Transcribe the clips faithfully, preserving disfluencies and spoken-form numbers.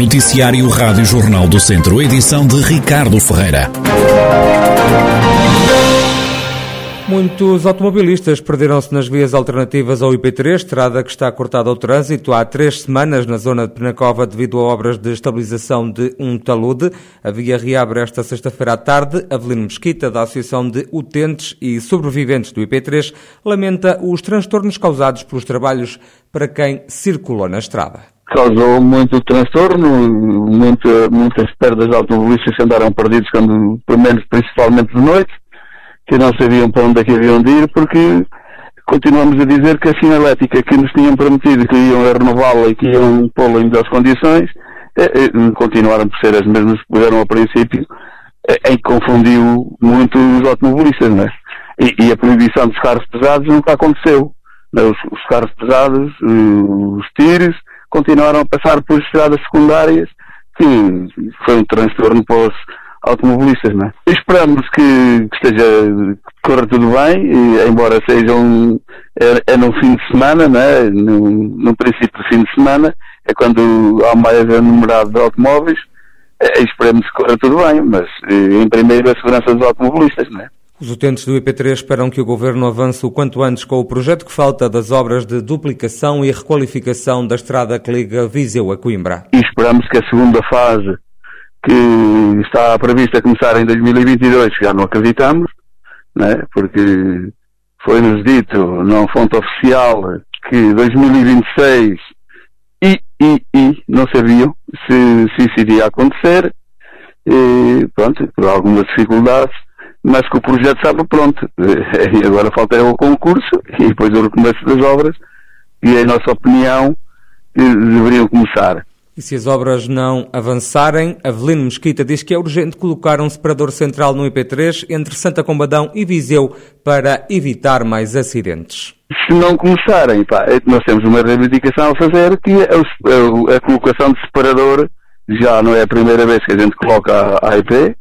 Noticiário Rádio Jornal do Centro, edição de Ricardo Ferreira. Muitos automobilistas perderam-se nas vias alternativas ao I P três, estrada que está cortada ao trânsito há três semanas na zona de Penacova devido a obras de estabilização de um talude. A via reabre esta sexta-feira à tarde. Avelino Mesquita, da Associação de Utentes e Sobreviventes do I P três, lamenta os transtornos causados pelos trabalhos para quem circulou na estrada. Causou muito transtorno, muita, muitas perdas de automobilistas que andaram perdidos, quando, pelo menos principalmente de noite, que não sabiam para onde é que haviam de ir, porque continuamos a dizer que a sinalética que nos tinham prometido que iam renová-la e que iam pô-la em melhores condições, eh, eh, continuaram por ser as mesmas que puderam ao princípio, eh, em que confundiu muito os automobilistas, não é? E, e a proibição dos carros pesados nunca aconteceu. Não é? Os, os carros pesados, os tiros, continuaram a passar por estradas secundárias, que foi um transtorno para os automobilistas, não é? Esperamos que, que esteja, que corra tudo bem, e, embora seja um, é, é no fim de semana, não é? No, no princípio do fim de semana, é quando há mais numerado de automóveis, é, esperemos que corra tudo bem, mas em primeiro a segurança dos automobilistas, não é? Os utentes do I P três esperam que o Governo avance o quanto antes com o projeto que falta das obras de duplicação e requalificação da estrada que liga Viseu a Coimbra. E esperamos que a segunda fase, que está prevista começar em dois mil e vinte e dois, que já não acreditamos, né? Porque foi-nos dito, numa fonte oficial, que dois mil e vinte e seis e, e, e não sabiam se, se isso iria acontecer, e, pronto, por algumas dificuldades, mas que o projeto estava pronto. E agora falta o concurso e depois o recomeço das obras, e a nossa opinião deveriam começar. E se as obras não avançarem, Avelino Mesquita diz que é urgente colocar um separador central no I P três entre Santa Combadão e Viseu para evitar mais acidentes. Se não começarem, pá, nós temos uma reivindicação a fazer, que é a, a colocação de separador. Já não é a primeira vez que a gente coloca a I P,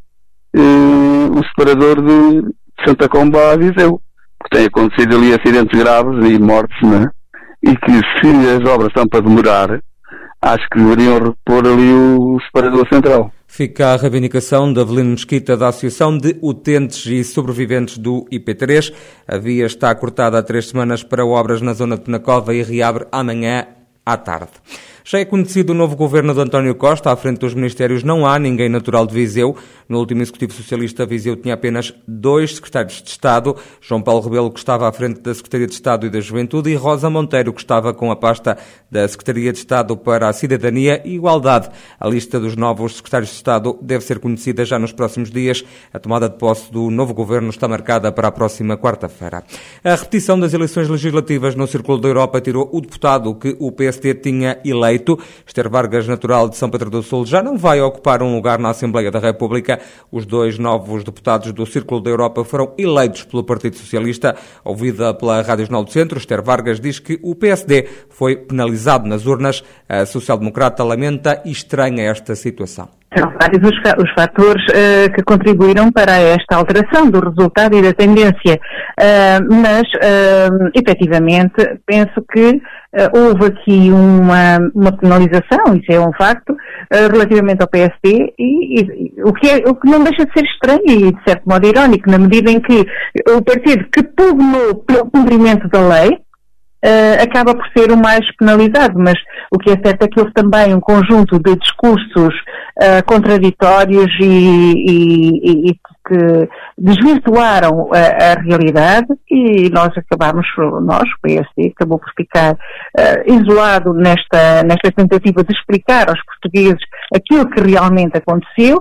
o separador de Santa Comba a Viseu, porque tem acontecido ali acidentes graves e mortes, não é? E que se as obras estão para demorar, acho que deveriam repor ali o separador central. Fica a reivindicação de Avelino Mesquita, da Associação de Utentes e Sobreviventes do I P três. A via está cortada há três semanas para obras na zona de Penacova e reabre amanhã à tarde. Já é conhecido o novo governo de António Costa. À frente dos ministérios não há ninguém natural de Viseu. No último Executivo Socialista, Viseu tinha apenas dois secretários de Estado. João Paulo Rebelo, que estava à frente da Secretaria de Estado e da Juventude, e Rosa Monteiro, que estava com a pasta da Secretaria de Estado para a Cidadania e Igualdade. A lista dos novos secretários de Estado deve ser conhecida já nos próximos dias. A tomada de posse do novo governo está marcada para a próxima quarta-feira. A repetição das eleições legislativas no Círculo da Europa tirou o deputado que o P S D tinha eleito. Esther Vargas, natural de São Pedro do Sul, já não vai ocupar um lugar na Assembleia da República. Os dois novos deputados do Círculo da Europa foram eleitos pelo Partido Socialista. Ouvida pela Rádio Jornal do Centro, Esther Vargas diz que o P S D foi penalizado nas urnas. A social-democrata lamenta e estranha esta situação. São vários os, os fatores uh, que contribuíram para esta alteração do resultado e da tendência, uh, mas, uh, efetivamente, penso que uh, houve aqui uma, uma penalização, isso é um facto, uh, relativamente ao P S D, e, e, o, que é, o que não deixa de ser estranho e, de certo modo, irónico, na medida em que o partido que pugnou pelo cumprimento da lei, Uh, acaba por ser o mais penalizado, mas o que é certo é que houve também um conjunto de discursos uh, contraditórios e, e, e que desvirtuaram a, a realidade, e nós acabamos, nós, o P S D, acabou por ficar uh, isolado nesta, nesta tentativa de explicar aos portugueses aquilo que realmente aconteceu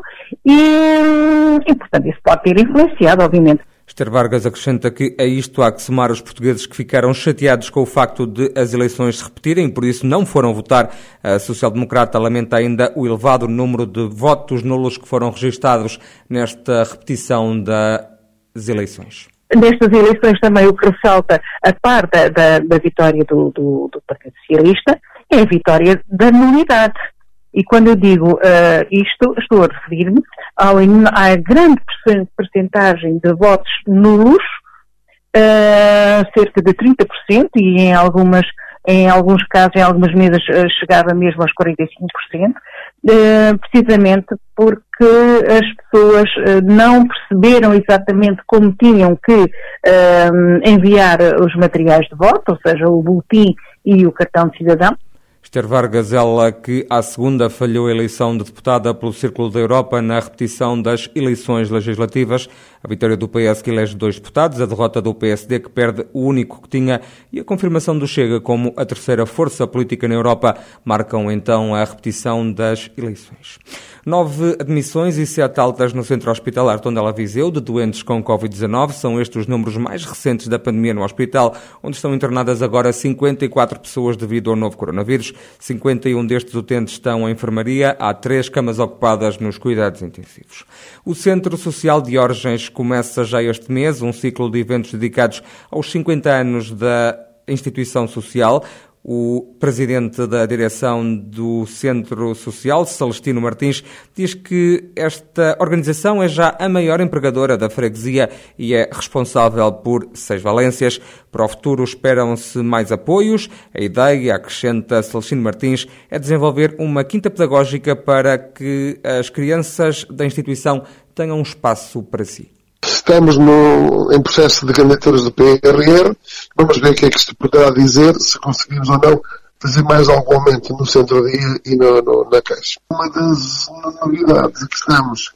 e, e portanto, isso pode ter influenciado, obviamente. Esther Vargas acrescenta que a isto há que somar os portugueses que ficaram chateados com o facto de as eleições se repetirem, por isso não foram votar. A social-democrata lamenta ainda o elevado número de votos nulos que foram registados nesta repetição das eleições. Nestas eleições também o que ressalta, a par da, da, da vitória do, do, do Partido Socialista, é a vitória da nulidade. E quando eu digo uh, isto, estou a referir-me à grande percentagem de votos nulos, uh, cerca de trinta por cento, e em algumas em alguns casos, em algumas mesas, chegava mesmo aos quarenta e cinco por cento, precisamente porque as pessoas não perceberam exatamente como tinham que enviar os materiais de voto, ou seja, o boletim e o cartão de cidadão. Esther Vargas, ela que à segunda falhou a eleição de deputada pelo Círculo da Europa na repetição das eleições legislativas. A vitória do P S que elege dois deputados, a derrota do P S D que perde o único que tinha e a confirmação do Chega como a terceira força política na Europa marcam então a repetição das eleições. Nove admissões e sete altas no centro hospitalar Tondela Viseu de doentes com covid dezanove. São estes os números mais recentes da pandemia no hospital, onde estão internadas agora cinquenta e quatro pessoas devido ao novo coronavírus. cinquenta e um destes utentes estão em enfermaria. Há três camas ocupadas nos cuidados intensivos. O Centro Social de Orgens começa já este mês um ciclo de eventos dedicados aos cinquenta anos da instituição social. O presidente da direção do Centro Social, Celestino Martins, diz que esta organização é já a maior empregadora da freguesia e é responsável por seis valências. Para o futuro esperam-se mais apoios. A ideia, acrescenta Celestino Martins, é desenvolver uma quinta pedagógica para que as crianças da instituição tenham um espaço para si. Estamos no, em processo de candidaturas do P R R. Vamos ver o que é que isto poderá dizer, se conseguimos ou não fazer mais algum aumento no centro-dia e no, no, na Caixa. Uma das novidades que estamos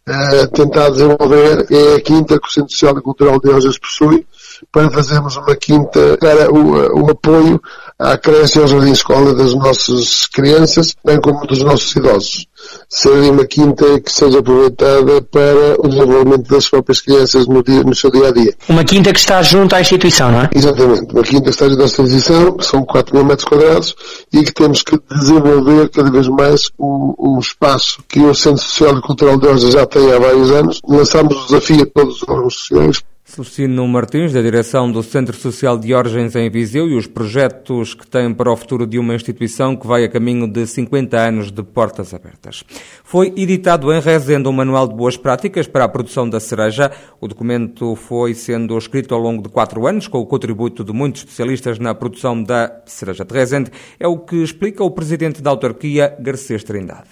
a uh, tentar desenvolver é a quinta que o Centro Social e Cultural de Orgens possui, para fazermos uma quinta para o, o apoio à creche e ao jardim escola das nossas crianças, bem como dos nossos idosos. Seria uma quinta que seja aproveitada para o desenvolvimento das próprias crianças no, dia, no seu dia-a-dia. Uma quinta que está junto à instituição, não é? Exatamente. Uma quinta que está junto à instituição, que são quatro mil metros quadrados, e que temos que desenvolver cada vez mais o, o espaço que o Centro Social e Cultural de Orgens já tem há vários anos. Lançámos o desafio a todos os órgãos sociais. Celestino Martins, da direção do Centro Social de Orgens em Viseu, e os projetos que tem para o futuro de uma instituição que vai a caminho de cinquenta anos de portas abertas. Foi editado em Rezende um manual de boas práticas para a produção da cereja. O documento foi sendo escrito ao longo de quatro anos, com o contributo de muitos especialistas na produção da cereja de Rezende. É o que explica o presidente da autarquia, Garcês Trindade.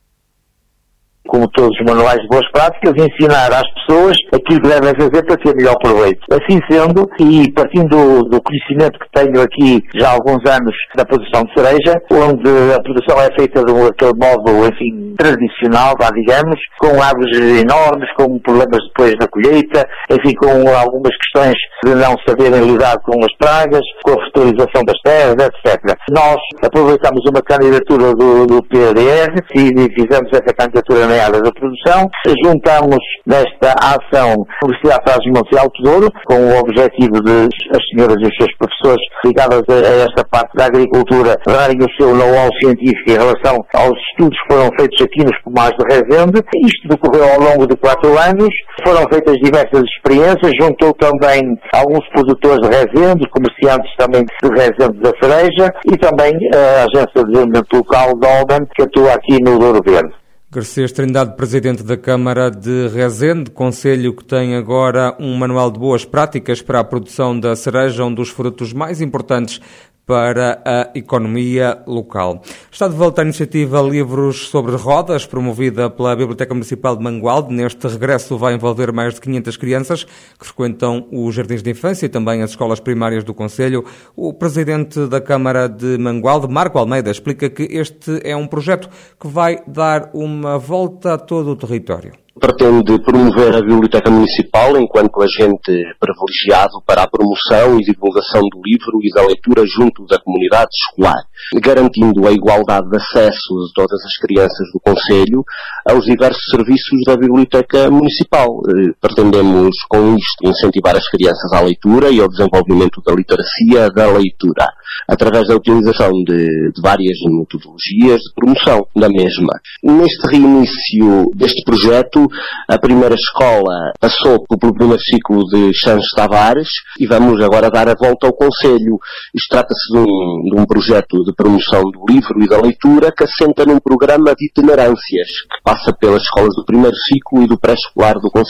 Como todos os manuais de boas práticas, ensinar às pessoas aquilo que devem fazer para ter melhor proveito. Assim sendo, e partindo do conhecimento que tenho aqui já há alguns anos da produção de cereja, onde a produção é feita de um aquele modo, enfim, tradicional, vá, digamos, com árvores enormes, com problemas depois na colheita, enfim, com algumas questões de não saberem lidar com as pragas, com a fertilização das terras, etcétera. Nós aproveitamos uma candidatura do, do P R R e fizemos essa candidatura na área da produção, juntamos nesta ação a Universidade Transmontana de Alto Douro, com o objetivo de as senhoras e os seus professores ligadas a, a esta parte da agricultura darem o seu know-how científico em relação aos estudos que foram feitos aqui nos pomares de Rezende. Isto decorreu ao longo de quatro anos, foram feitas diversas experiências, juntou também alguns produtores de Rezende, comerciantes também de Rezende da cereja e também a Agência de Desenvolvimento Local, Dolman, que atua aqui no Douro Verde. Garcês Trindade, presidente da Câmara de Rezende, concelho que tem agora um manual de boas práticas para a produção da cereja, um dos frutos mais importantes para a economia local. Está de volta a iniciativa Livros sobre Rodas, promovida pela Biblioteca Municipal de Mangualde. Neste regresso vai envolver mais de quinhentas crianças que frequentam os jardins de infância e também as escolas primárias do concelho. O presidente da Câmara de Mangualde, Marco Almeida, explica que este é um projeto que vai dar uma volta a todo o território. Pretende promover a Biblioteca Municipal enquanto agente privilegiado para a promoção e divulgação do livro e da leitura junto da comunidade escolar, garantindo a igualdade de acesso de todas as crianças do concelho aos diversos serviços da Biblioteca Municipal. Pretendemos, com isto, incentivar as crianças à leitura e ao desenvolvimento da literacia da leitura, através da utilização de, de várias metodologias de promoção da mesma. Neste reinício deste projeto, a primeira escola passou pelo primeiro ciclo de Santos Tavares e vamos agora dar a volta ao concelho. Isto trata-se de um, de um projeto de promoção do livro e da leitura que assenta num programa de itinerâncias que passa pelas escolas do primeiro ciclo e do pré-escolar do concelho.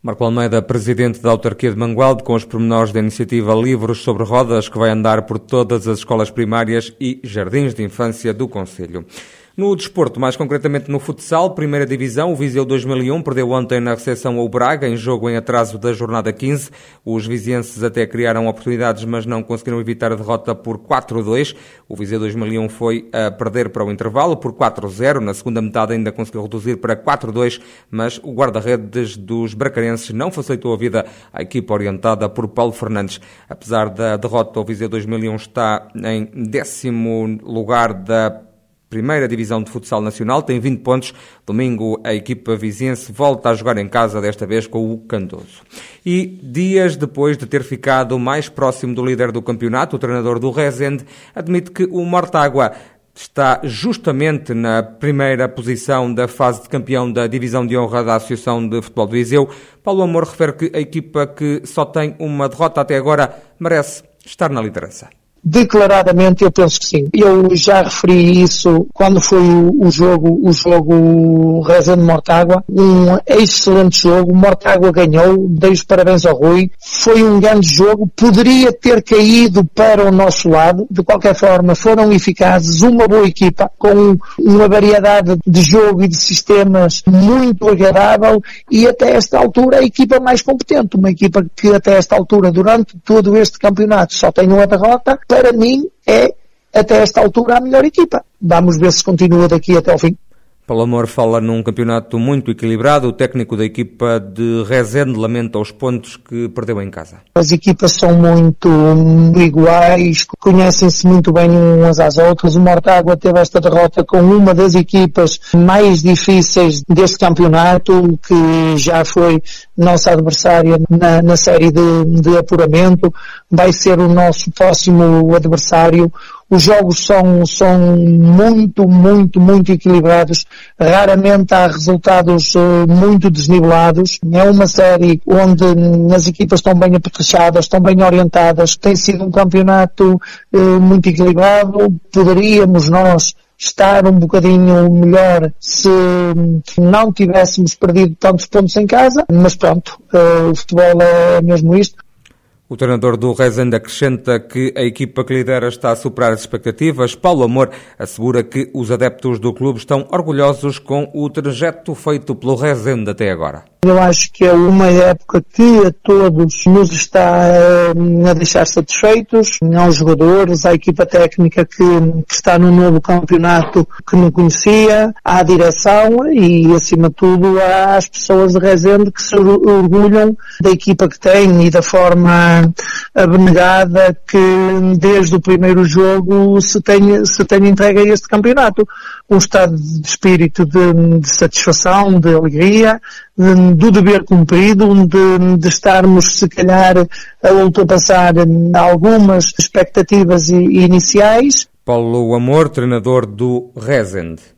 Marco Almeida, presidente da autarquia de Mangualde, com os pormenores da iniciativa Livros sobre Rodas, que vai andar por todas as escolas primárias e jardins de infância do concelho. No desporto, mais concretamente no futsal, primeira divisão, o Viseu dois mil e um perdeu ontem na recepção ao Braga, em jogo em atraso da jornada quinze. Os vizienses até criaram oportunidades, mas não conseguiram evitar a derrota por quatro a dois. O Viseu dois mil e um foi a perder para o intervalo por quatro a zero. Na segunda metade ainda conseguiu reduzir para quatro a dois, mas o guarda-redes dos bracarenses não facilitou a vida à equipa orientada por Paulo Fernandes. Apesar da derrota, o Viseu dois mil e um está em décimo lugar da Primeira Divisão de Futsal Nacional, tem vinte pontos. Domingo, a equipa viziense volta a jogar em casa, desta vez com o Candoso. E dias depois de ter ficado mais próximo do líder do campeonato, o treinador do Rezende admite que o Mortágua está justamente na primeira posição da fase de campeão da Divisão de Honra da Associação de Futebol do Viseu. Paulo Amor refere que a equipa que só tem uma derrota até agora merece estar na liderança. Declaradamente, eu penso que sim. Eu já referi isso quando foi o, o jogo, o jogo Rezende Mortágua. Um excelente jogo. O Mortágua ganhou. Dei os parabéns ao Rui. Foi um grande jogo. Poderia ter caído para o nosso lado. De qualquer forma, foram eficazes. Uma boa equipa com uma variedade de jogo e de sistemas muito agradável e até esta altura a equipa mais competente. Uma equipa que até esta altura, durante todo este campeonato, só tem uma derrota. Para mim, é, até esta altura, a melhor equipa. Vamos ver se continua daqui até ao fim. Paulo Amor fala num campeonato muito equilibrado. O técnico da equipa de Rezende lamenta os pontos que perdeu em casa. As equipas são muito iguais, conhecem-se muito bem umas às outras. O Mortágua teve esta derrota com uma das equipas mais difíceis deste campeonato, que já foi nossa adversária na, na série de, de apuramento. Vai ser o nosso próximo adversário. Os jogos são, são muito, muito, muito equilibrados. Raramente há resultados uh, muito desnivelados. É uma série onde as equipas estão bem apetrechadas, estão bem orientadas. Tem sido um campeonato uh, muito equilibrado. Poderíamos nós estar um bocadinho melhor se não tivéssemos perdido tantos pontos em casa, mas pronto, uh, o futebol é mesmo isto. O treinador do Rezende acrescenta que a equipa que lidera está a superar as expectativas. Paulo Amor assegura que os adeptos do clube estão orgulhosos com o trajeto feito pelo Rezende até agora. Eu acho que é uma época que a todos nos está a deixar satisfeitos, aos jogadores, à equipa técnica que, que está no novo campeonato que não conhecia, à direção e, acima de tudo, às pessoas de Rezende que se orgulham da equipa que tem e da forma abnegada que desde o primeiro jogo se tem, se tem entregue a este campeonato. Um estado de espírito de, de satisfação, de alegria, de, do dever cumprido, de, de estarmos, se calhar, a ultrapassar algumas expectativas iniciais. Paulo Amor, treinador do Rezende.